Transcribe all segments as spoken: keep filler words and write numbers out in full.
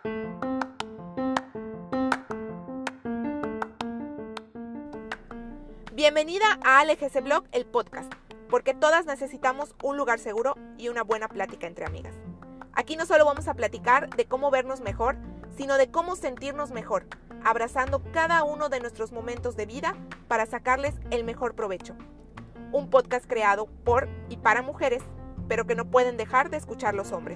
Bienvenida a A L G C Blog, el podcast, porque todas necesitamos un lugar seguro y una buena plática entre amigas. Aquí no solo vamos a platicar de cómo vernos mejor, sino de cómo sentirnos mejor, abrazando cada uno de nuestros momentos de vida para sacarles el mejor provecho. Un podcast creado por y para mujeres, pero que no pueden dejar de escuchar los hombres.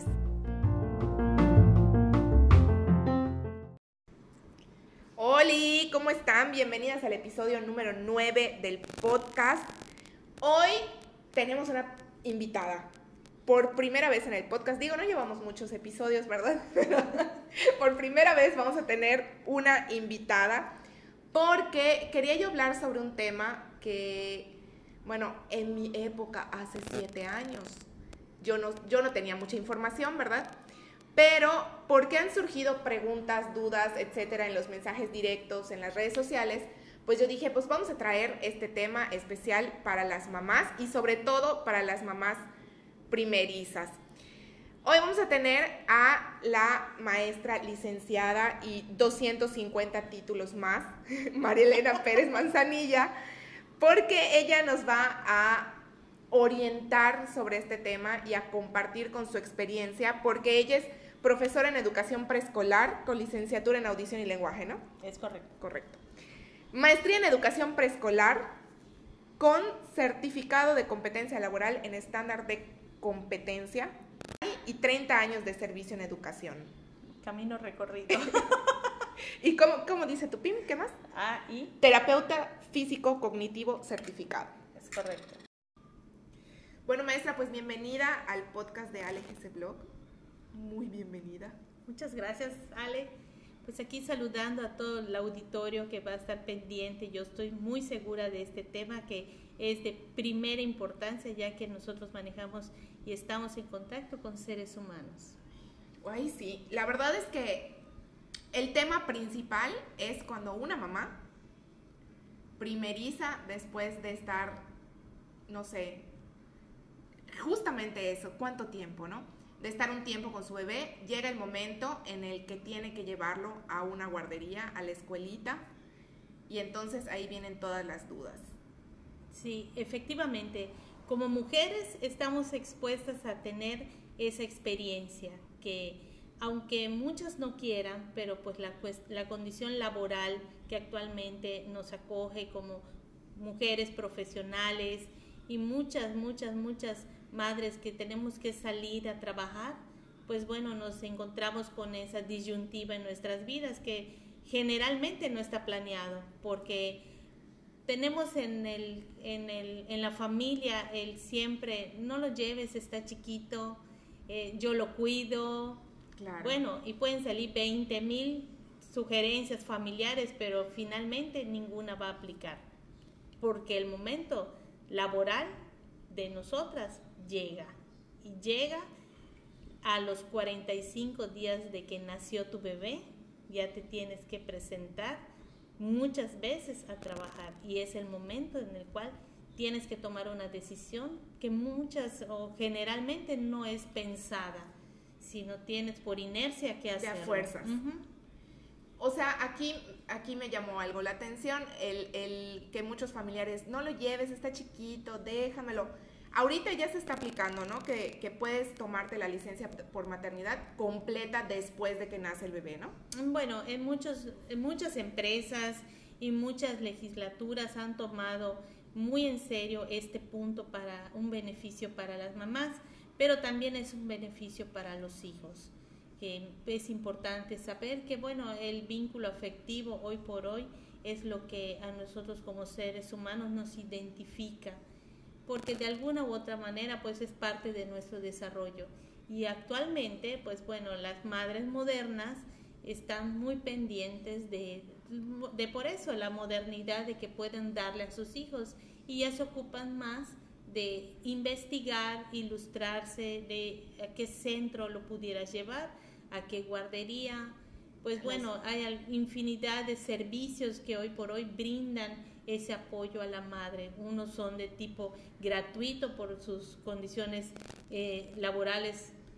Hola, ¿cómo están? Bienvenidas al episodio número nueve del podcast. Hoy tenemos una invitada. Por primera vez en el podcast, digo, no llevamos muchos episodios, ¿verdad? Pero por primera vez vamos a tener una invitada porque quería yo hablar sobre un tema que, bueno, en mi época, hace siete años, yo no, yo no tenía mucha información, ¿verdad? Pero porque han surgido preguntas, dudas, etcétera, en los mensajes directos, en las redes sociales, pues yo dije, pues vamos a traer este tema especial para las mamás y sobre todo para las mamás primerizas. Hoy vamos a tener a la maestra licenciada y doscientos cincuenta títulos más, María Elena Pérez Manzanilla, porque ella nos va a orientar sobre este tema y a compartir con su experiencia, porque ella es profesora en educación preescolar con licenciatura en audición y lenguaje, ¿no? Es correcto. Correcto. Maestría en educación preescolar con certificado de competencia laboral en estándar de competencia y treinta años de servicio en educación. Camino recorrido. ¿Y cómo, cómo dice tu P I M? ¿Qué más? Ah, y terapeuta físico cognitivo certificado. Es correcto. Bueno, maestra, pues bienvenida al podcast de A L G C Blog. Muy bienvenida. Muchas gracias, Ale. Pues aquí saludando a todo el auditorio que va a estar pendiente. Yo estoy muy segura de este tema que es de primera importancia, ya que nosotros manejamos y estamos en contacto con seres humanos. Ay, sí. La verdad es que el tema principal es cuando una mamá primeriza después de estar, no sé, justamente eso, ¿cuánto tiempo, no? De estar un tiempo con su bebé, llega el momento en el que tiene que llevarlo a una guardería, a la escuelita, y entonces ahí vienen todas las dudas. Sí, efectivamente, como mujeres estamos expuestas a tener esa experiencia que aunque muchas no quieran, pero pues la, pues, la condición laboral que actualmente nos acoge como mujeres profesionales y muchas, muchas, muchas madres que tenemos que salir a trabajar, pues bueno, nos encontramos con esa disyuntiva en nuestras vidas que generalmente no está planeado, porque tenemos en el, en el, en la familia el siempre, no lo lleves, está chiquito, eh, yo lo cuido. Claro. Bueno, y pueden salir veinte mil sugerencias familiares, pero finalmente ninguna va a aplicar, porque el momento laboral de nosotras llega, y llega a los cuarenta y cinco días de que nació tu bebé, ya te tienes que presentar muchas veces a trabajar, y es el momento en el cual tienes que tomar una decisión que muchas o generalmente no es pensada, sino tienes por inercia que hacerlo. De a fuerzas. Uh-huh. O sea, aquí, aquí me llamó algo la atención, el, el que muchos familiares, no lo lleves, está chiquito, déjamelo. Ahorita ya se está aplicando, ¿no? Que, que puedes tomarte la licencia por maternidad completa después de que nace el bebé, ¿no? Bueno, en, muchos, en muchas empresas y muchas legislaturas han tomado muy en serio este punto para un beneficio para las mamás, pero también es un beneficio para los hijos. Que es importante saber que, bueno, el vínculo afectivo hoy por hoy es lo que a nosotros como seres humanos nos identifica, porque de alguna u otra manera pues es parte de nuestro desarrollo. Y actualmente, pues bueno, las madres modernas están muy pendientes de, de por eso la modernidad de que pueden darle a sus hijos, y ya se ocupan más de investigar, ilustrarse de a qué centro lo pudieras llevar, a qué guardería. Pues bueno, hay infinidad de servicios que hoy por hoy brindan ese apoyo a la madre. Unos son de tipo gratuito por sus condiciones eh, laborales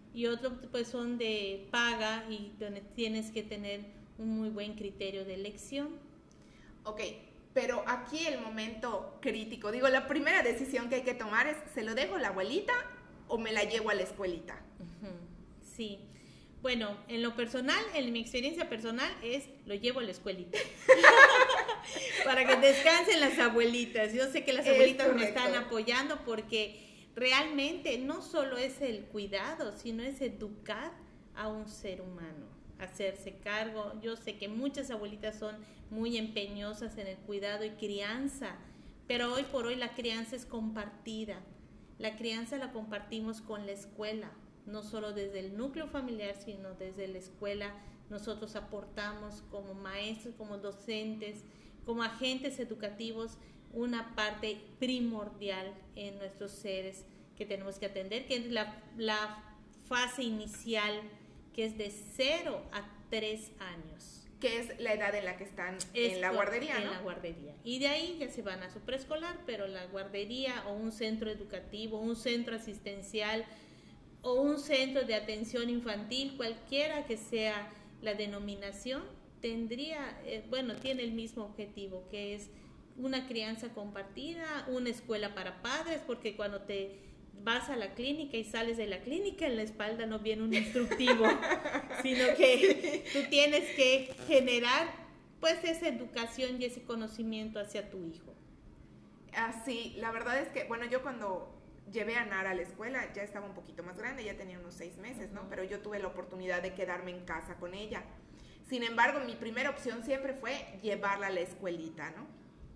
y otros pues son de paga y donde tienes que tener un muy buen criterio de elección. Ok, pero aquí el momento crítico, digo, la primera decisión que hay que tomar es, ¿se lo dejo a la abuelita o me la llevo a la escuelita? Uh-huh. Sí, bueno, en lo personal, en mi experiencia personal es, lo llevo a la escuelita. Para que descansen las abuelitas. Yo sé que las abuelitas me están apoyando porque realmente no solo es el cuidado, sino es educar a un ser humano, hacerse cargo. Yo sé que muchas abuelitas son muy empeñosas en el cuidado y crianza, pero hoy por hoy la crianza es compartida. La crianza la compartimos con la escuela, no solo desde el núcleo familiar, sino desde la escuela. Nosotros aportamos como maestros, como docentes, como agentes educativos, una parte primordial en nuestros seres que tenemos que atender, que es la, la fase inicial, que es de cero a tres años. Que es la edad en la que están es en la guardería, en ¿no? En la guardería. Y de ahí ya se van a su preescolar, pero la guardería o un centro educativo, un centro asistencial o un centro de atención infantil, cualquiera que sea la denominación, tendría, eh, bueno, tiene el mismo objetivo, que es una crianza compartida, una escuela para padres, porque cuando te vas a la clínica y sales de la clínica, en la espalda no viene un instructivo, sino que tú tienes que generar pues esa educación y ese conocimiento hacia tu hijo. Así, la verdad es que, bueno, yo cuando llevé a Nara a la escuela ya estaba un poquito más grande, ya tenía unos seis meses, ¿no? Uh-huh. Pero yo tuve la oportunidad de quedarme en casa con ella. Sin embargo, mi primera opción siempre fue llevarla a la escuelita, ¿no?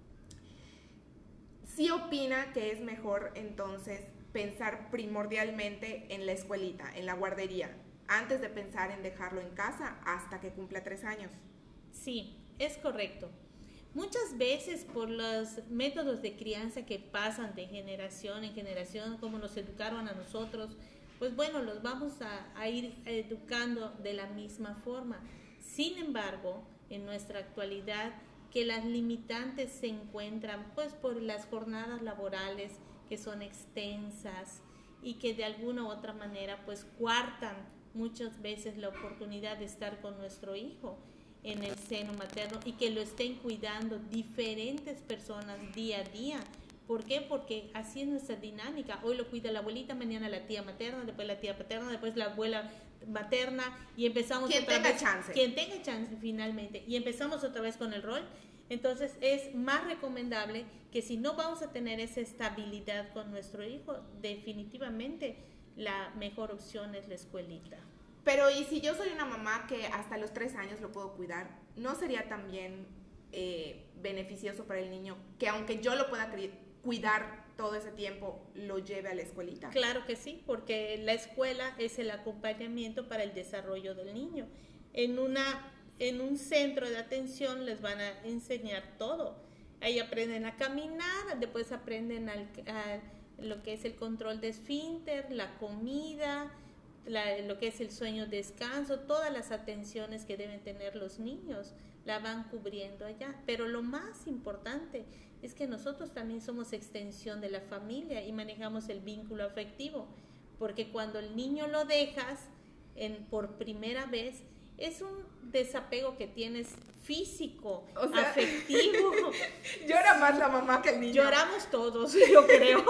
Sí opina que es mejor entonces pensar primordialmente en la escuelita, en la guardería, antes de pensar en dejarlo en casa hasta que cumpla tres años. Sí, es correcto. Muchas veces por los métodos de crianza que pasan de generación en generación, como nos educaron a nosotros, pues bueno, los vamos a, a ir educando de la misma forma. Sin embargo, en nuestra actualidad, que las limitantes se encuentran pues por las jornadas laborales que son extensas y que de alguna u otra manera pues coartan muchas veces la oportunidad de estar con nuestro hijo en el seno materno y que lo estén cuidando diferentes personas día a día. ¿Por qué? Porque así es nuestra dinámica. Hoy lo cuida la abuelita, mañana la tía materna, después la tía paterna, después la abuela materna y empezamos quien otra tenga vez, chance. Quien tenga chance finalmente y empezamos otra vez con el rol. Entonces es más recomendable que si no vamos a tener esa estabilidad con nuestro hijo, definitivamente la mejor opción es la escuelita. Pero y si yo soy una mamá que hasta los tres años lo puedo cuidar, ¿no sería también eh, beneficioso para el niño que aunque yo lo pueda cuidar todo ese tiempo, lo lleve a la escuelita? Claro que sí, porque la escuela es el acompañamiento para el desarrollo del niño. En una en un centro de atención les van a enseñar todo. Ahí aprenden a caminar, después aprenden al, a lo que es el control de esfínter, la comida, la, lo que es el sueño, descanso, todas las atenciones que deben tener los niños la van cubriendo allá. Pero lo más importante es que nosotros también somos extensión de la familia y manejamos el vínculo afectivo, porque cuando el niño lo dejas en, por primera vez, es un desapego que tienes físico, o sea, afectivo. Llora más la mamá que el niño. Lloramos todos, yo creo.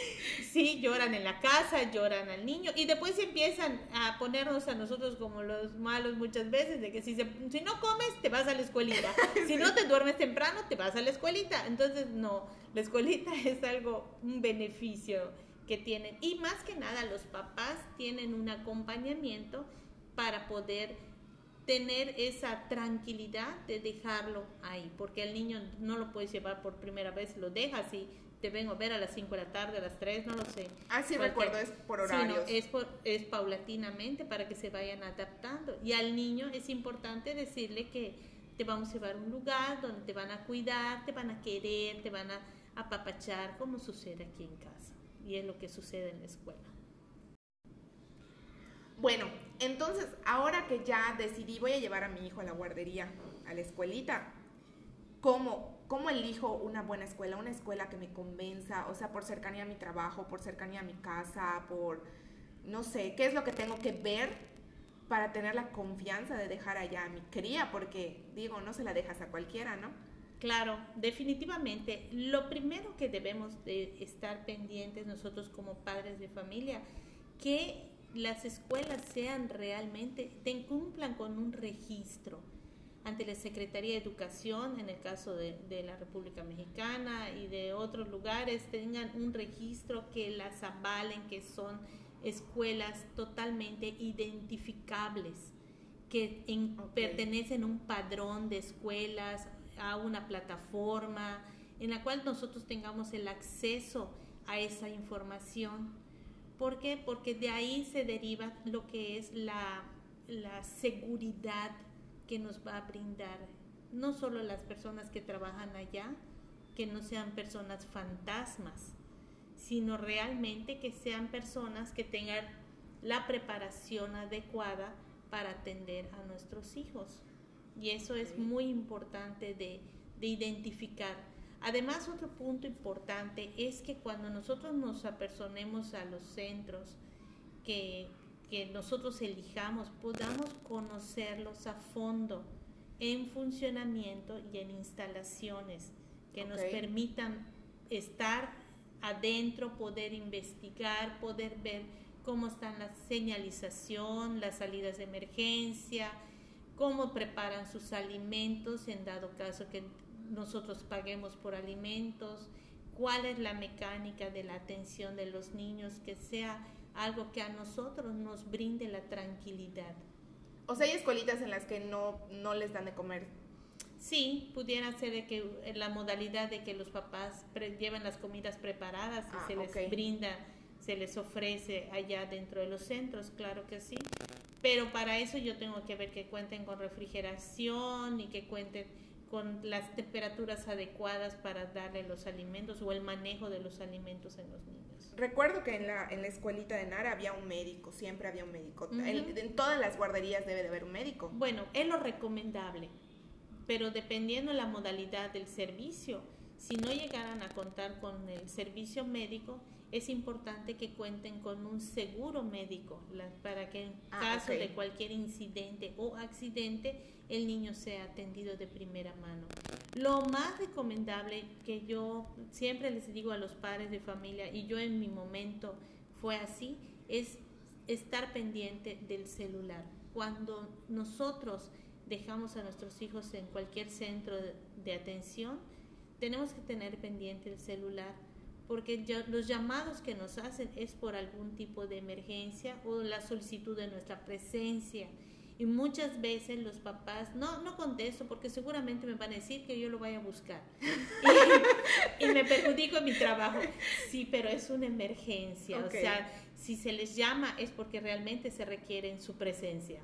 Sí, lloran en la casa, lloran al niño y después empiezan a ponernos a nosotros como los malos muchas veces, de que si, se, si no comes, te vas a la escuelita. Si sí. no te duermes temprano, te vas a la escuelita. Entonces, no, la escuelita es algo, un beneficio que tienen. Y más que nada, los papás tienen un acompañamiento para poder tener esa tranquilidad de dejarlo ahí, porque el niño no lo puedes llevar por primera vez, lo dejas y te vengo a ver a las cinco de la tarde, a las tres, no lo sé. Ah, sí, recuerdo, es por horarios. Sí, no, es, por, es paulatinamente para que se vayan adaptando. Y al niño es importante decirle que te vamos a llevar a un lugar donde te van a cuidar, te van a querer, te van a apapachar, como sucede aquí en casa. Y es lo que sucede en la escuela. Bueno, entonces, ahora que ya decidí, voy a llevar a mi hijo a la guardería, a la escuelita, ¿cómo, cómo elijo una buena escuela? Una escuela que me convenza, o sea, por cercanía a mi trabajo, por cercanía a mi casa, por, no sé, qué es lo que tengo que ver para tener la confianza de dejar allá a mi cría? Porque, digo, no se la dejas a cualquiera, ¿no? Claro, definitivamente. Lo primero que debemos de estar pendientes nosotros como padres de familia, que las escuelas sean realmente, te cumplan con un registro ante la Secretaría de Educación, en el caso de, de la República Mexicana y de otros lugares, tengan un registro que las avalen, que son escuelas totalmente identificables, que en, okay. pertenecen a un padrón de escuelas, a una plataforma en la cual nosotros tengamos el acceso a esa información. ¿Por qué? Porque de ahí se deriva lo que es la, la seguridad que nos va a brindar no solo las personas que trabajan allá, que no sean personas fantasmas, sino realmente que sean personas que tengan la preparación adecuada para atender a nuestros hijos. Y eso es muy importante de, de identificar. Además, otro punto importante es que cuando nosotros nos apersonemos a los centros que, que nosotros elijamos, podamos conocerlos a fondo en funcionamiento y en instalaciones que okay. nos permitan estar adentro, poder investigar, poder ver cómo están la señalización, las salidas de emergencia, cómo preparan sus alimentos en dado caso que nosotros paguemos por alimentos, cuál es la mecánica de la atención de los niños, que sea algo que a nosotros nos brinde la tranquilidad. O sea, hay escuelitas en las que no, no les dan de comer. Sí, pudiera ser de que la modalidad de que los papás pre- lleven las comidas preparadas y ah, se les okay. brinda, se les ofrece allá dentro de los centros, claro que sí. Pero para eso yo tengo que ver que cuenten con refrigeración y que cuenten con las temperaturas adecuadas para darle los alimentos o el manejo de los alimentos en los niños. Recuerdo que en la, en la escuelita de Nara había un médico, siempre había un médico. Uh-huh. En, en todas las guarderías debe de haber un médico. Bueno, es lo recomendable, pero dependiendo de la modalidad del servicio, si no llegaran a contar con el servicio médico, es importante que cuenten con un seguro médico la, para que en ah, caso okay. de cualquier incidente o accidente el niño sea atendido de primera mano. Lo más recomendable que yo siempre les digo a los padres de familia, y yo en mi momento fue así, es estar pendiente del celular. Cuando nosotros dejamos a nuestros hijos en cualquier centro de, de atención, tenemos que tener pendiente el celular, porque ya, los llamados que nos hacen es por algún tipo de emergencia o la solicitud de nuestra presencia. Y muchas veces los papás, no, no contesto porque seguramente me van a decir que yo lo vaya a buscar. Y, y me perjudico en mi trabajo. Sí, pero es una emergencia. Okay. O sea, si se les llama es porque realmente se requiere su presencia.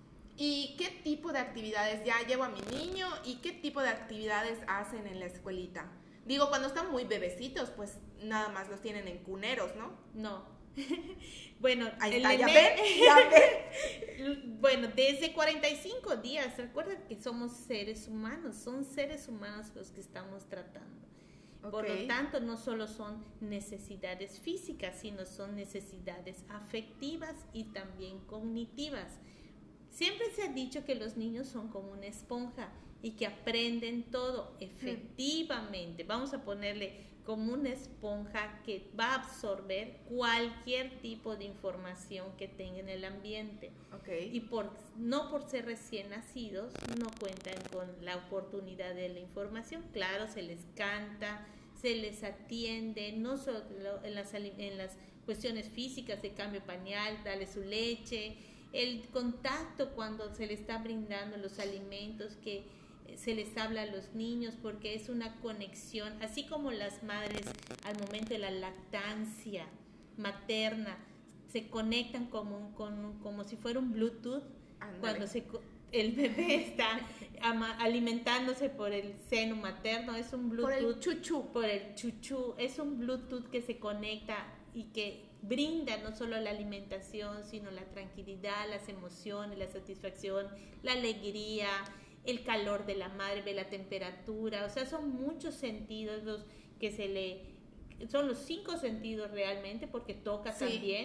¿Y qué tipo de actividades? Ya llevo a mi niño, ¿y qué tipo de actividades hacen en la escuelita? Digo, cuando están muy bebecitos, pues nada más los tienen en cuneros, ¿no? No. Bueno, ahí está, ya ven, ya ven. Bueno, desde cuarenta y cinco días, recuerden que somos seres humanos, son seres humanos los que estamos tratando. Okay. Por lo tanto, no solo son necesidades físicas, sino son necesidades afectivas y también cognitivas. Siempre se ha dicho que los niños son como una esponja y que aprenden todo. Efectivamente, vamos a ponerle como una esponja que va a absorber cualquier tipo de información que tenga en el ambiente. Okay. Y por, no por ser recién nacidos, no cuentan con la oportunidad de la información. Claro, se les canta, se les atiende, no solo en las, en las cuestiones físicas de cambio pañal, darle su leche, el contacto cuando se le está brindando los alimentos, que se les habla a los niños, porque es una conexión, así como las madres al momento de la lactancia materna se conectan como, con, como si fuera un Bluetooth. Andale. Cuando se, el bebé está ama, alimentándose por el seno materno, es un Bluetooth. Por el chuchú. Por el chuchú, es un Bluetooth que se conecta y que brinda no solo la alimentación, sino la tranquilidad, las emociones, la satisfacción, la alegría, el calor de la madre, la temperatura. O sea, son muchos sentidos los que se le... Son los cinco sentidos realmente, porque toca sí. también,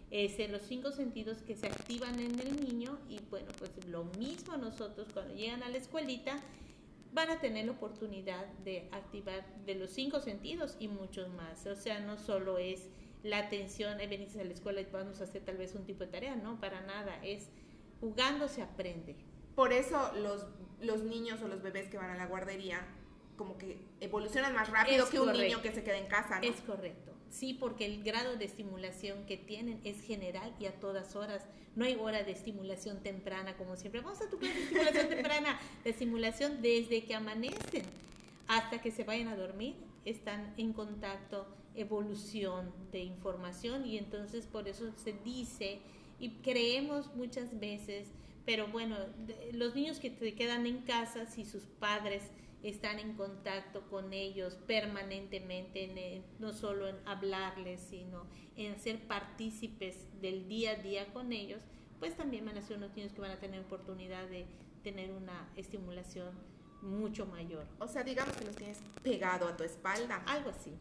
Es en los cinco sentidos que se activan en el niño y bueno, pues lo mismo nosotros cuando llegan a la escuelita van a tener la oportunidad de activar de los cinco sentidos y muchos más. O sea, no solo es la atención, eh, venís a la escuela y vamos a hacer tal vez un tipo de tarea, no, para nada, es jugando se aprende. Por eso los, los niños o los bebés que van a la guardería como que evolucionan más rápido es que correcto. Un niño que se queda en casa, ¿no? Es correcto. Sí, porque el grado de estimulación que tienen es general y a todas horas. No hay hora de estimulación temprana, como siempre. Vamos a tu clase de estimulación temprana. La estimulación desde que amanecen hasta que se vayan a dormir, están en contacto, evolución de información y entonces por eso se dice y creemos muchas veces, pero bueno, de, los niños que se quedan en casa, si sus padres están en contacto con ellos permanentemente, en, en, no solo en hablarles, sino en ser partícipes del día a día con ellos, pues también van a ser unos niños que van a tener oportunidad de tener una estimulación mucho mayor. O sea, digamos que los tienes pegado a tu espalda. Algo así.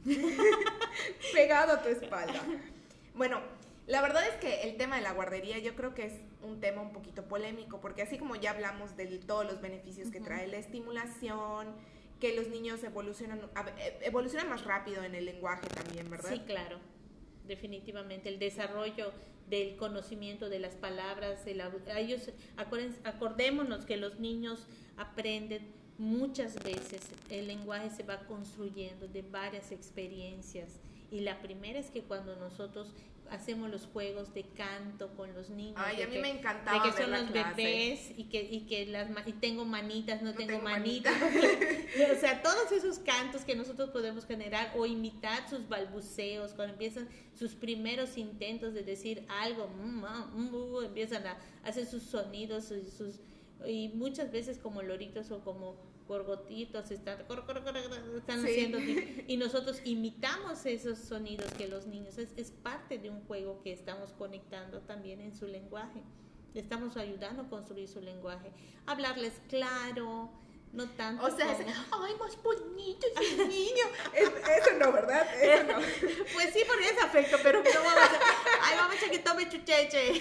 Pegado a tu espalda. Bueno, la verdad es que el tema de la guardería yo creo que es un tema un poquito polémico, porque así como ya hablamos de todos los beneficios que uh-huh. trae la estimulación, que los niños evolucionan, evolucionan más rápido en el lenguaje también, ¿verdad? Sí, claro, definitivamente. El desarrollo del conocimiento de las palabras, el, a ellos, acordémonos que los niños aprenden muchas veces, el lenguaje se va construyendo de varias experiencias. Y la primera es que cuando nosotros hacemos los juegos de canto con los niños, ay, de a mí que, me encantaba de que son ver los la bebés y que y que las y tengo manitas, no, no tengo, tengo manitas, manita. O sea, todos esos cantos que nosotros podemos generar o imitar sus balbuceos cuando empiezan sus primeros intentos de decir algo, mm, mm, mm, empiezan a hacer sus sonidos, sus, sus y muchas veces como loritos o como gorgotitos están, cor, cor, cor, están sí. haciendo y nosotros imitamos esos sonidos que los niños es, es parte de un juego que estamos conectando también en su lenguaje, estamos ayudando a construir su lenguaje, hablarles claro, no tanto o sea, como... es, ay, más bonito ese niño. Es, eso no, ¿verdad? Eso no. Pues sí, porque es afecto, pero no vamos a... Ay, vamos a que tome chucheche.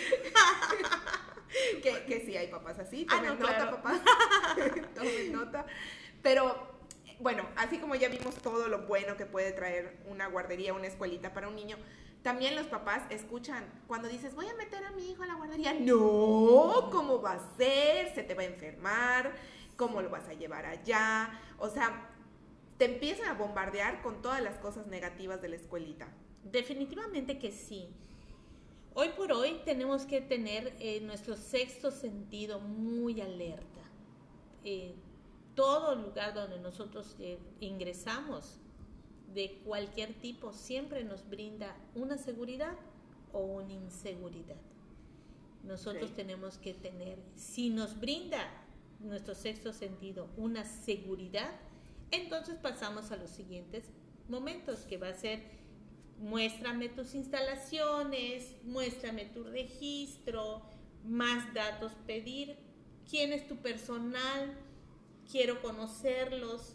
Que, que sí hay papás así, tomen ah, no, nota, claro. papás, tomen nota. Pero, bueno, así como ya vimos todo lo bueno que puede traer una guardería, una escuelita para un niño, también los papás escuchan cuando dices, voy a meter a mi hijo a la guardería. No, ¿cómo va a ser? Se te va a enfermar, ¿cómo lo vas a llevar allá? O sea, te empiezan a bombardear con todas las cosas negativas de la escuelita. Definitivamente que sí. Hoy por hoy tenemos que tener eh, nuestro sexto sentido muy alerta. Eh, todo lugar donde nosotros eh, ingresamos de cualquier tipo siempre nos brinda una seguridad o una inseguridad. Nosotros okay. tenemos que tener, si nos brinda nuestro sexto sentido una seguridad, entonces pasamos a los siguientes momentos, que va a ser muéstrame tus instalaciones, muéstrame tu registro, más datos pedir, quién es tu personal, quiero conocerlos.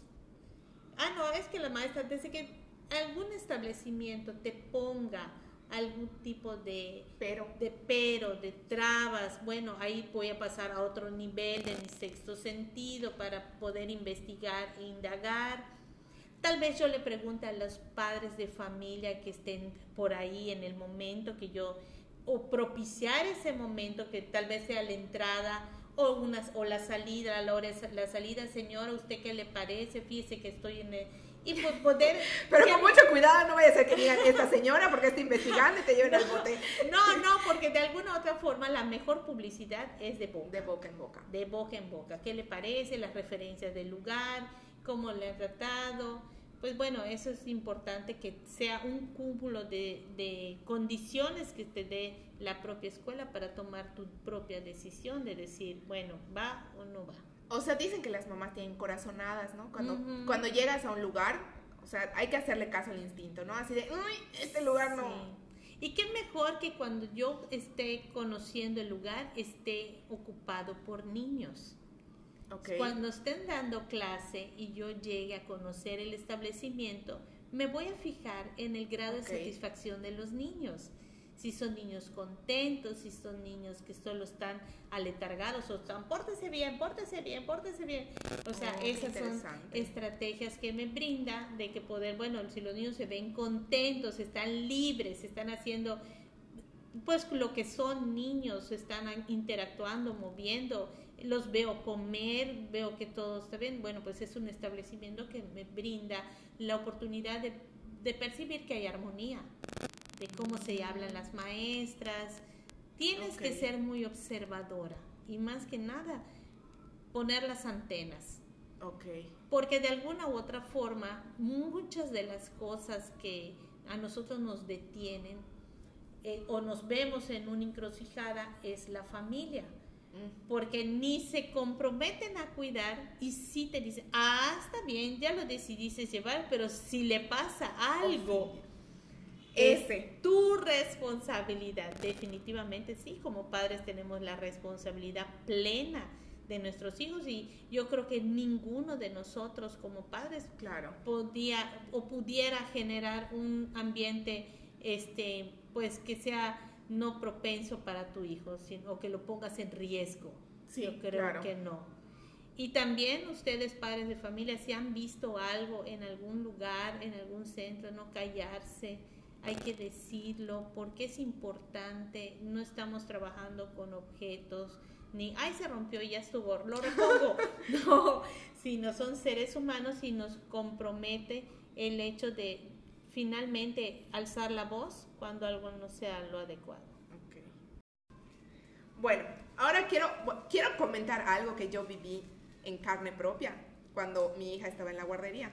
Ah, no, es que la maestra dice que algún establecimiento te ponga algún tipo de pero. de pero, de trabas, bueno, ahí voy a pasar a otro nivel de mi sexto sentido para poder investigar e indagar. Tal vez yo le pregunte a los padres de familia que estén por ahí en el momento que yo, o propiciar ese momento que tal vez sea la entrada o, una, o la salida, la, hora, la salida, señora, ¿usted qué le parece? Fíjese que estoy en el... Y pues poder... Pero con mucho cuidado, no vaya a ser que digan esta señora porque está investigando y te lleven al bote. No, no, porque de alguna u otra forma la mejor publicidad es de boca. De boca en boca. De boca en boca. ¿Qué le parece? Las referencias del lugar, cómo le han tratado. Pues bueno, eso es importante, que sea un cúmulo de, de condiciones que te dé la propia escuela para tomar tu propia decisión de decir, bueno, ¿va o no va? O sea, dicen que las mamás tienen corazonadas, ¿no? Cuando, uh-huh. cuando llegas a un lugar, o sea, hay que hacerle caso al instinto, ¿no? Así de, uy, este lugar no... Sí. Y qué mejor que cuando yo esté conociendo el lugar, esté ocupado por niños. Okay. Cuando estén dando clase y yo llegue a conocer el establecimiento, me voy a fijar en el grado okay. de satisfacción de los niños. si son niños contentos, si son niños que solo están aletargados o están, pórtese bien, pórtese bien, pórtese bien. O sea, Oh, esas son estrategias que me brinda de que poder, bueno, si los niños se ven contentos, están libres, están haciendo pues lo que son niños, están interactuando, moviendo, los veo comer, veo que todo está bien, bueno, pues es un establecimiento que me brinda la oportunidad de, de percibir que hay armonía, de cómo se hablan las maestras. Tienes okay. que ser muy observadora y más que nada poner las antenas. Okay. Porque de alguna u otra forma, muchas de las cosas que a nosotros nos detienen eh, o nos vemos en una encrucijada es la familia. Porque ni se comprometen a cuidar y sí te dicen, ah, está bien, ya lo decidiste llevar, pero si le pasa algo, ese es tu responsabilidad. Definitivamente sí, como padres tenemos la responsabilidad plena de nuestros hijos y yo creo que ninguno de nosotros como padres claro. podía o pudiera generar un ambiente este pues que sea no propenso para tu hijo, sino o que lo pongas en riesgo. Sí, yo creo claro. que no. Y también ustedes, padres de familia, si han visto algo en algún lugar, en algún centro, no callarse, hay que decirlo, porque es importante. No estamos trabajando con objetos, ni, ay, se rompió y ya estuvo, lo repongo. No, sino son seres humanos y nos compromete el hecho de finalmente alzar la voz cuando algo no sea lo adecuado. Okay. Bueno, ahora quiero, quiero comentar algo que yo viví en carne propia cuando mi hija estaba en la guardería.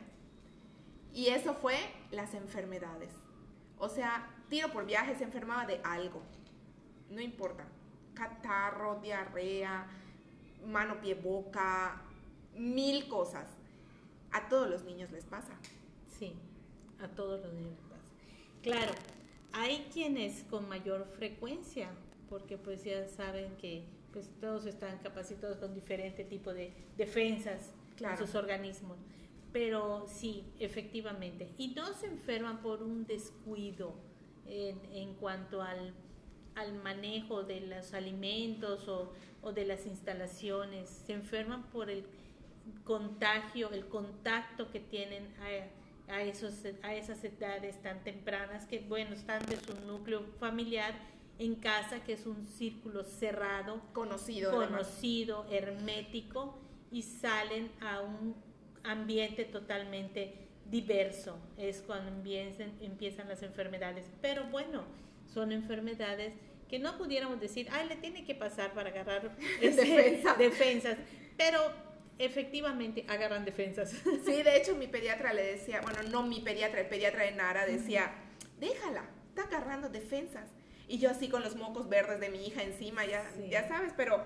Y eso fue las enfermedades. O sea, tiro por viaje, se enfermaba de algo. No importa. Catarro, diarrea, mano, pie, boca, mil cosas. A todos los niños les pasa. Sí. A todos los niños pasa. Claro, hay quienes con mayor frecuencia, porque pues ya saben que pues todos están capacitados con diferente tipo de defensas claro. en sus organismos. Pero sí, efectivamente. Y no se enferman por un descuido en, en cuanto al, al manejo de los alimentos o, o de las instalaciones. Se enferman por el contagio, el contacto que tienen a A, esos, a esas edades tan tempranas que, bueno, están de su núcleo familiar en casa, que es un círculo cerrado, conocido, conocido hermético, y salen a un ambiente totalmente diverso. Es cuando empiezan, empiezan las enfermedades. Pero bueno, son enfermedades que no pudiéramos decir, ay, le tiene que pasar para agarrar ese, Defensa. defensas, pero efectivamente agarran defensas. Sí, de hecho mi pediatra le decía, bueno, no mi pediatra, el pediatra de Nara decía, déjala, está agarrando defensas. Y yo así con los mocos verdes de mi hija encima, ya, sí. ya sabes, pero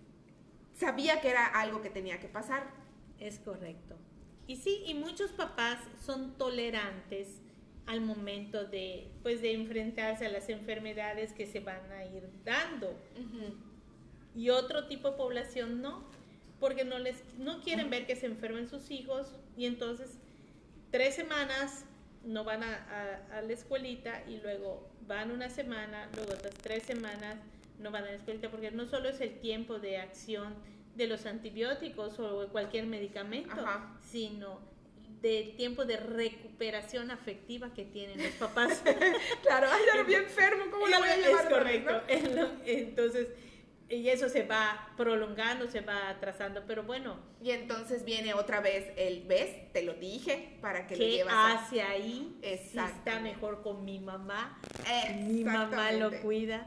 sabía que era algo que tenía que pasar. Es correcto. Y sí, y muchos papás son tolerantes al momento de, pues, de enfrentarse a las enfermedades que se van a ir dando. Uh-huh. Y otro tipo de población no, porque no les no quieren ver que se enfermen sus hijos y entonces tres semanas no van a, a, a la escuelita y luego van una semana, luego otras tres semanas no van a la escuelita, porque no solo es el tiempo de acción de los antibióticos o cualquier medicamento, Ajá. sino del tiempo de recuperación afectiva que tienen los papás. Claro, ay, ya lo vi enfermo, ¿cómo lo voy a llevar? Es correcto. ¿No? Entonces, y eso se va prolongando, se va atrasando, pero bueno. Y entonces viene otra vez el, ¿ves? Te lo dije, para que, que lo llevas hacia a... ahí si está mejor con mi mamá, mi mamá lo cuida.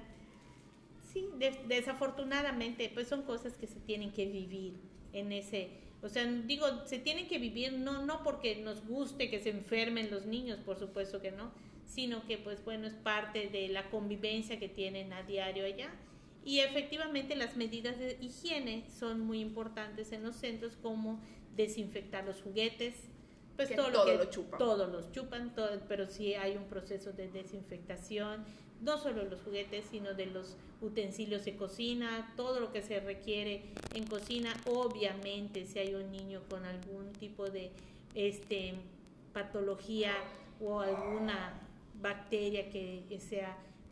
Sí, de, desafortunadamente, pues son cosas que se tienen que vivir en ese, o sea, digo, se tienen que vivir no, no porque nos guste que se enfermen los niños, por supuesto que no, sino que pues bueno, es parte de la convivencia que tienen a diario allá. Y efectivamente las medidas de higiene son muy importantes en los centros, como desinfectar los juguetes, pues que todo, todo lo que lo chupan. todos los chupan, todo, pero sí hay un proceso de desinfectación, no solo los juguetes, sino de los utensilios de cocina, todo lo que se requiere en cocina. Obviamente, si hay un niño con algún tipo de este patología o alguna bacteria que sea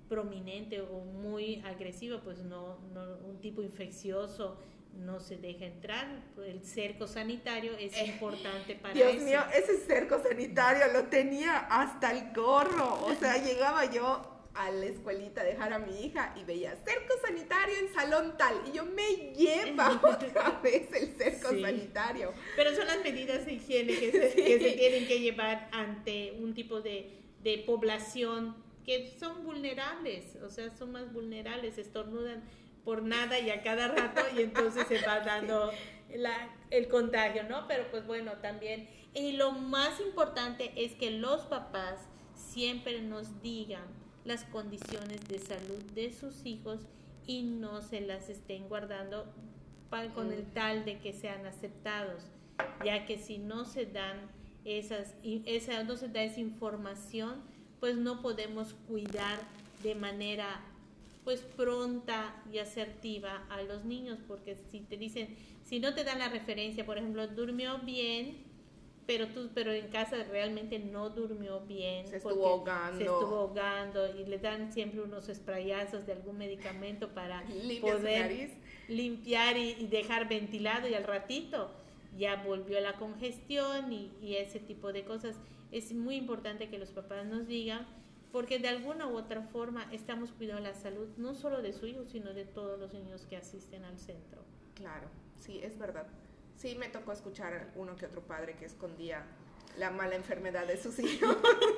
prominente o muy agresivo, pues no, no un tipo infeccioso no se deja entrar. El cerco sanitario es Eh, importante para Dios eso. mío, ese cerco sanitario lo tenía hasta el gorro. O sea, llegaba yo a la escuelita a dejar a mi hija y veía cerco sanitario en salón tal. Y yo, me lleva otra vez el cerco Sí. sanitario. Pero son las medidas de higiene que se, Sí. que se tienen que llevar ante un tipo de, de población que son vulnerables, o sea, son más vulnerables, estornudan por nada y a cada rato y entonces se va dando la, el contagio, ¿no? Pero pues bueno, también, y lo más importante es que los papás siempre nos digan las condiciones de salud de sus hijos y no se las estén guardando para, con el tal de que sean aceptados, ya que si no se dan esas, esa, no se da esa información, pues no podemos cuidar de manera pues pronta y asertiva a los niños, porque si te dicen, si no te dan la referencia, por ejemplo, durmió bien, pero tú, pero en casa realmente no durmió bien, Se estuvo ahogando. se estuvo ahogando y le dan siempre unos sprayazos de algún medicamento para Limpia su poder nariz. limpiar y, y dejar ventilado, y al ratito ya volvió la congestión y, y ese tipo de cosas. Es muy importante que los papás nos digan, porque de alguna u otra forma estamos cuidando la salud no solo de su hijo, sino de todos los niños que asisten al centro. Claro, sí, es verdad. Sí, me tocó escuchar a uno que otro padre que escondía la mala enfermedad de sus hijos.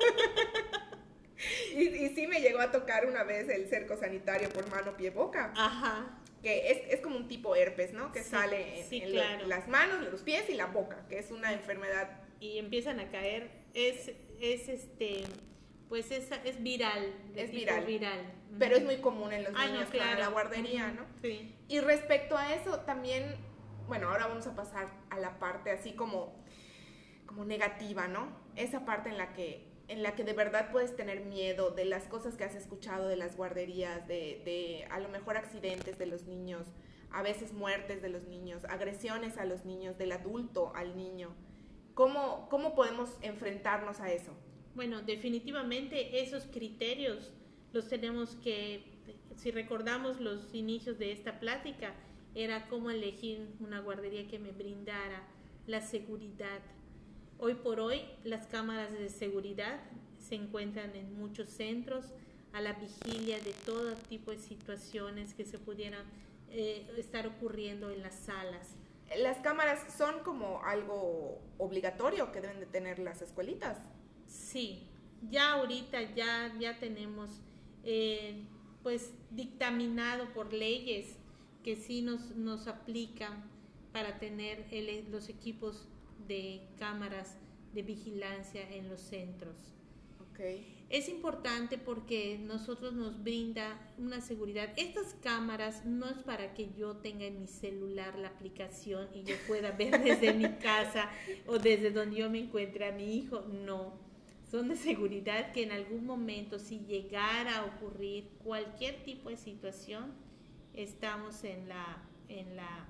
y, y sí me llegó a tocar una vez el cerco sanitario por mano, pie, boca. Ajá. Que es, es como un tipo herpes, ¿no? Que Sí, sale en, sí, en claro. lo, las manos, los pies y la boca, que es una enfermedad. Y empiezan a caer, es, es este, pues es, es viral. de Es tipo viral. viral. Pero es muy común en los Ah, niños no, que van a la claro. guardería, Ujú, ¿no? Sí. Y respecto a eso, también, bueno, ahora vamos a pasar a la parte así como, como negativa, ¿no? Esa parte en la que en la que de verdad puedes tener miedo de las cosas que has escuchado de las guarderías, de, de a lo mejor accidentes de los niños, a veces muertes de los niños, agresiones a los niños, del adulto al niño. ¿Cómo, cómo podemos enfrentarnos a eso? Bueno, definitivamente esos criterios los tenemos que, si recordamos los inicios de esta plática, era cómo elegir una guardería que me brindara la seguridad. Hoy por hoy las cámaras de seguridad se encuentran en muchos centros a la vigilia de todo tipo de situaciones que se pudieran eh, estar ocurriendo en las salas. ¿Las cámaras son como algo obligatorio que deben de tener las escuelitas? Sí, ya ahorita ya, ya tenemos eh, pues dictaminado por leyes que sí nos, nos aplican para tener el, los equipos de cámaras de vigilancia en los centros. Okay. Es importante porque nosotros nos brinda una seguridad. Estas cámaras no es para que yo tenga en mi celular la aplicación y yo pueda ver desde mi casa o desde donde yo me encuentre a mi hijo. No, son de seguridad que en algún momento, si llegara a ocurrir cualquier tipo de situación, estamos en la, en la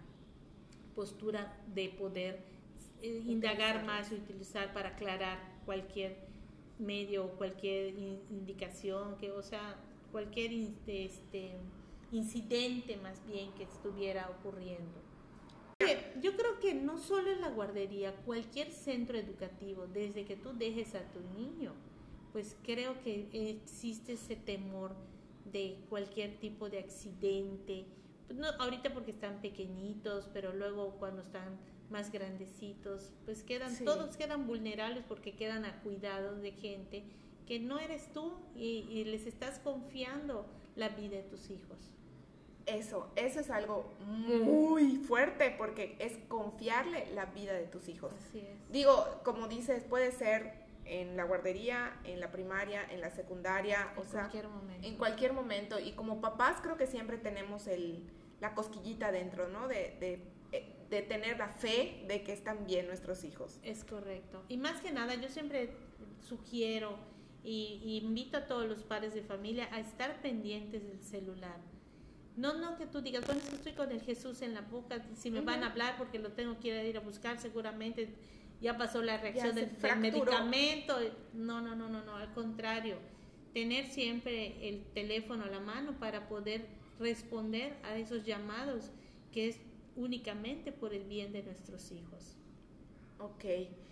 postura de poder eh, indagar más y utilizar para aclarar cualquier medio o cualquier in, indicación, que, o sea, cualquier este, incidente más bien que estuviera ocurriendo. Yo creo que no solo en la guardería, cualquier centro educativo, desde que tú dejes a tu niño, pues creo que existe ese temor de cualquier tipo de accidente. Pues no, ahorita porque están pequeñitos, pero luego cuando están más grandecitos, pues quedan, sí. Todos quedan vulnerables porque quedan a cuidado de gente que no eres tú y, y les estás confiando la vida de tus hijos. Eso, eso es algo muy fuerte porque es confiarle la vida de tus hijos. Así es. Digo, como dices, puede ser en la guardería, en la primaria, en la secundaria, en o sea, cualquier momento. En cualquier momento. Y como papás creo que siempre tenemos el, la cosquillita dentro, ¿no? De, de, de tener la fe de que están bien nuestros hijos. Es correcto. Y más que nada, yo siempre sugiero y, y invito a todos los padres de familia a estar pendientes del celular. No, no que tú digas, bueno, es que estoy con el Jesús en la boca, si me uh-huh. van a hablar porque lo tengo que ir a buscar, seguramente ya pasó la reacción del, del medicamento. No, no, no, no, no, al contrario. tener siempre el teléfono a la mano para poder responder a esos llamados, que es únicamente por el bien de nuestros hijos. Ok.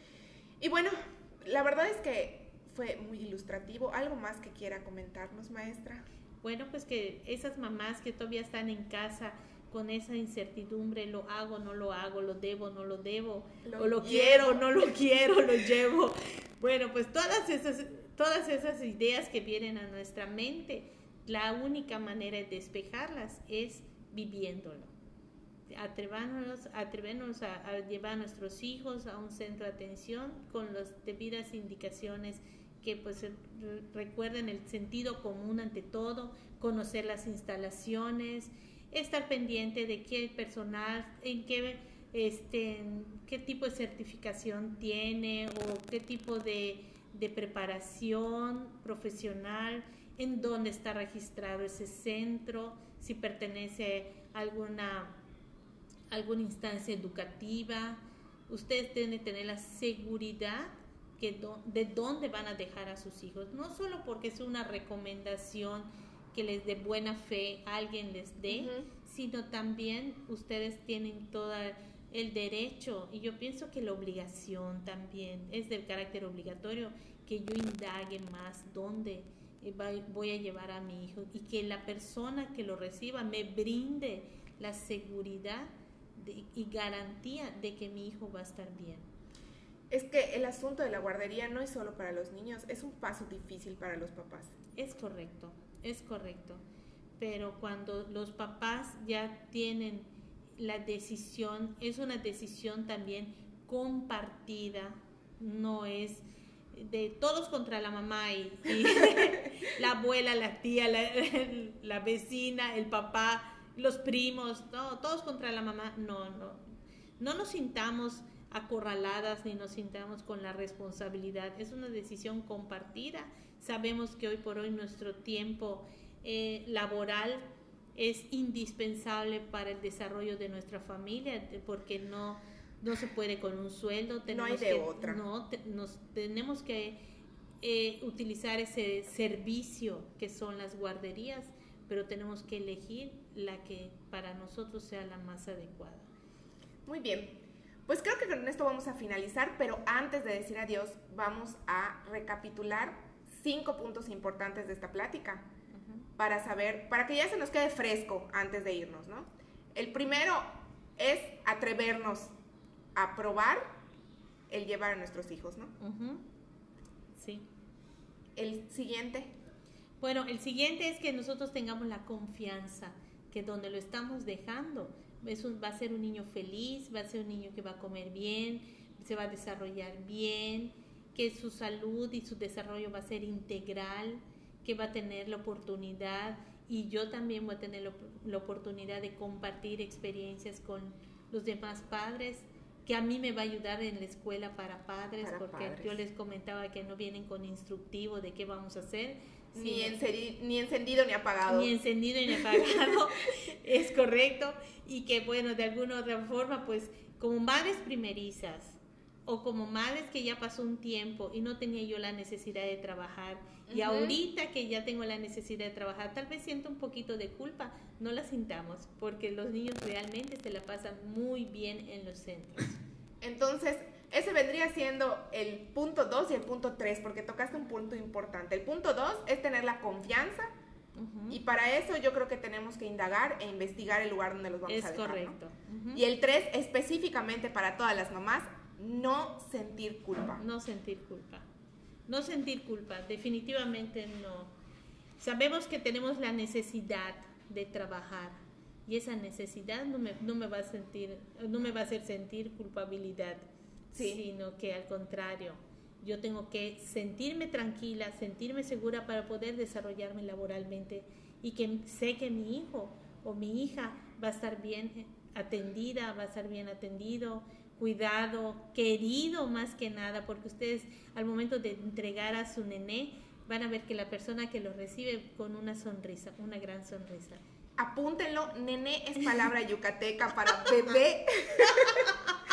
Y bueno, la verdad es que fue muy ilustrativo. ¿Algo más que quiera comentarnos, maestra? Bueno, pues que esas mamás que todavía están en casa con esa incertidumbre, lo hago, no lo hago, lo debo, no lo debo, lo o lo quiero, no lo quiero, lo llevo. Bueno, pues todas esas, todas esas ideas que vienen a nuestra mente, la única manera de despejarlas es viviéndolo. Atrevámonos, atrevernos a, a llevar a nuestros hijos a un centro de atención con las debidas indicaciones, que pues recuerden el sentido común ante todo, conocer las instalaciones, estar pendiente de qué personal, en qué, este, qué tipo de certificación tiene o qué tipo de, de preparación profesional, en dónde está registrado ese centro, si pertenece a alguna, alguna instancia educativa. Ustedes deben tener la seguridad que do, de dónde van a dejar a sus hijos, no solo porque es una recomendación que les de buena fe alguien les dé, uh-huh. sino también ustedes tienen todo el derecho, y yo pienso que la obligación también es del carácter obligatorio, que yo indague más dónde voy a llevar a mi hijo y que la persona que lo reciba me brinde la seguridad de, y garantía de que mi hijo va a estar bien. Es que el asunto de la guardería no es solo para los niños, es un paso difícil para los papás. Es correcto, es correcto. Pero cuando los papás ya tienen la decisión, es una decisión también compartida, no es de todos contra la mamá y, y la abuela, la tía, la, la vecina, el papá, los primos, no, todos contra la mamá. No, no, no nos sintamos acorraladas ni nos sintamos con la responsabilidad. Es una decisión compartida. Sabemos que hoy por hoy nuestro tiempo eh, laboral es indispensable para el desarrollo de nuestra familia, porque no, no se puede con un sueldo. Tenemos no hay de que, otra. No, te, nos tenemos que eh, utilizar ese servicio que son las guarderías, pero tenemos que elegir la que para nosotros sea la más adecuada. Muy bien. Pues creo que con esto vamos a finalizar, pero antes de decir adiós, vamos a recapitular cinco puntos importantes de esta plática, uh-huh. para saber, para que ya se nos quede fresco antes de irnos, ¿no? El primero es atrevernos a probar el llevar a nuestros hijos, ¿no? Uh-huh. Sí. El siguiente. Bueno, el siguiente es que nosotros tengamos la confianza que donde lo estamos dejando, es un, va a ser un niño feliz, va a ser un niño que va a comer bien, se va a desarrollar bien, que su salud y su desarrollo va a ser integral, que va a tener la oportunidad, y yo también voy a tener la, la oportunidad de compartir experiencias con los demás padres, que a mí me va a ayudar en la escuela para padres, para porque padres. Yo les comentaba que no vienen con instructivo de qué vamos a hacer, Ni, encendi- ni encendido ni apagado. Ni encendido ni apagado, es correcto. Y que bueno, de alguna otra forma, pues como madres primerizas o como madres que ya pasó un tiempo y no tenía yo la necesidad de trabajar, uh-huh. y ahorita que ya tengo la necesidad de trabajar, tal vez siento un poquito de culpa, no la sintamos, porque los niños realmente se la pasan muy bien en los centros. Entonces, ese vendría siendo el punto dos y el punto tres, porque tocaste un punto importante. El punto dos es tener la confianza, uh-huh. y para eso yo creo que tenemos que indagar e investigar el lugar donde los vamos es a dejar. Correcto. ¿No? Uh-huh. Y el tres, específicamente para todas las mamás, no sentir culpa. No sentir culpa. No sentir culpa, definitivamente no. Sabemos que tenemos la necesidad de trabajar, y esa necesidad no me, no me va a sentir, no me va a hacer sentir culpabilidad. Sí. Sino que al contrario, yo tengo que sentirme tranquila, sentirme segura para poder desarrollarme laboralmente, y que sé que mi hijo o mi hija va a estar bien atendida, va a estar bien atendido, cuidado, querido más que nada, porque ustedes al momento de entregar a su nené van a ver que la persona que lo recibe con una sonrisa, una gran sonrisa. Apúntenlo, nené es palabra yucateca para bebé.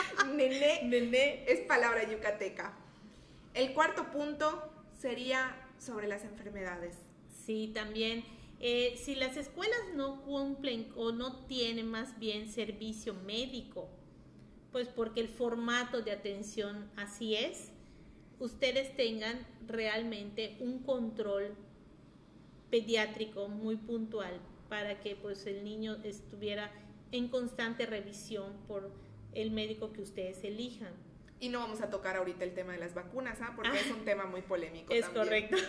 Nené, Nené es palabra yucateca. El cuarto punto sería sobre las enfermedades. Sí, también, eh, si las escuelas no cumplen o no tienen más bien servicio médico, pues porque el formato de atención así es, ustedes tengan realmente un control pediátrico muy puntual para que pues el niño estuviera en constante revisión por el médico que ustedes elijan. Y no vamos a tocar ahorita el tema de las vacunas, ¿ah? Porque ah, es un tema muy polémico. Es también. Correcto.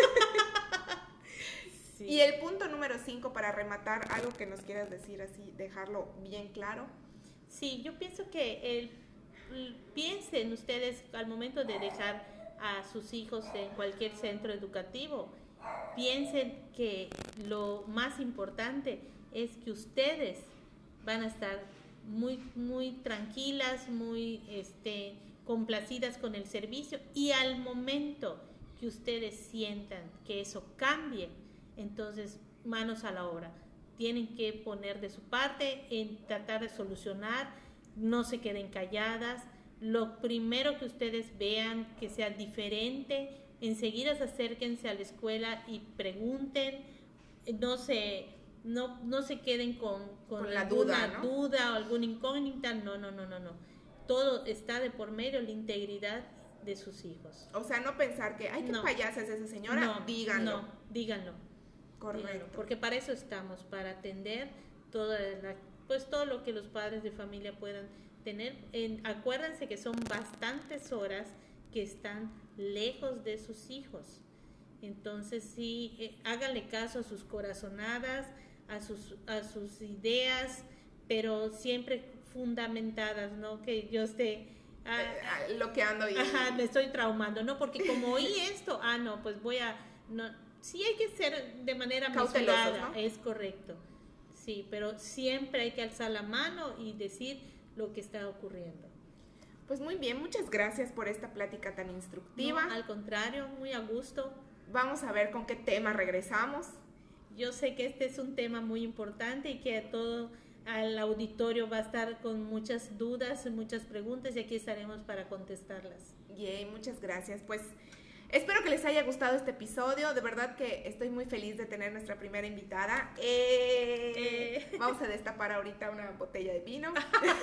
Sí. Y el punto número cinco, para rematar, algo que nos quieras decir así, dejarlo bien claro. Sí, yo pienso que el, el, piensen ustedes al momento de dejar a sus hijos en cualquier centro educativo, piensen que lo más importante es que ustedes van a estar muy, muy tranquilas, muy este, complacidas con el servicio, y al momento que ustedes sientan que eso cambie, entonces manos a la obra. Tienen que poner de su parte en tratar de solucionar, no se queden calladas. Lo primero que ustedes vean que sea diferente, enseguida acérquense a la escuela y pregunten, no se, no, no se queden con, con, con la alguna duda, ¿no? duda o alguna incógnita, no, no, no, no, no. Todo está de por medio, la integridad de sus hijos. O sea, no pensar que, ay, qué no. payasa es esa señora, no, díganlo. No, díganlo. Correcto. Díganlo, porque para eso estamos, para atender toda la, pues todo lo que los padres de familia puedan tener. En, acuérdense que son bastantes horas que están lejos de sus hijos. Entonces sí, eh, háganle caso a sus corazonadas, a sus, a sus ideas, pero siempre fundamentadas, ¿no? Que yo esté ah, eh, lo que ando y ajá, me estoy traumando, ¿no? Porque como oí esto, ah, no, pues voy a, no, sí hay que ser de manera mesurada, ¿no? Es correcto, sí, pero siempre hay que alzar la mano y decir lo que está ocurriendo. Pues muy bien, muchas gracias por esta plática tan instructiva. No, al contrario, muy a gusto. Vamos a ver con qué tema regresamos. Yo sé que este es un tema muy importante y que a todo al auditorio va a estar con muchas dudas, muchas preguntas, y aquí estaremos para contestarlas. Yay, muchas gracias. Pues espero que les haya gustado este episodio. De verdad que estoy muy feliz de tener nuestra primera invitada. Eh, eh. Vamos a destapar ahorita una botella de vino,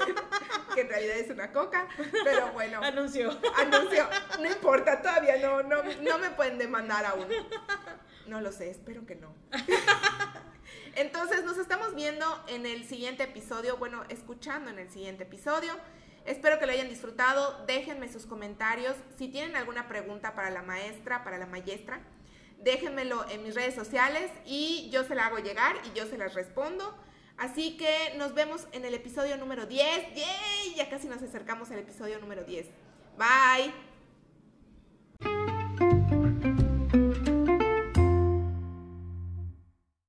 que en realidad es una coca, pero bueno. Anuncio. Anuncio. No importa, todavía no, no, no me pueden demandar aún. No lo sé, espero que no. Entonces nos estamos viendo en el siguiente episodio, bueno, escuchando en el siguiente episodio. Espero que lo hayan disfrutado. Déjenme sus comentarios. Si tienen alguna pregunta para la maestra, para la maestra, déjenmelo en mis redes sociales y yo se la hago llegar y yo se las respondo. Así que nos vemos en el episodio número diez. ¡Yay! Ya casi nos acercamos al episodio número diez. Bye.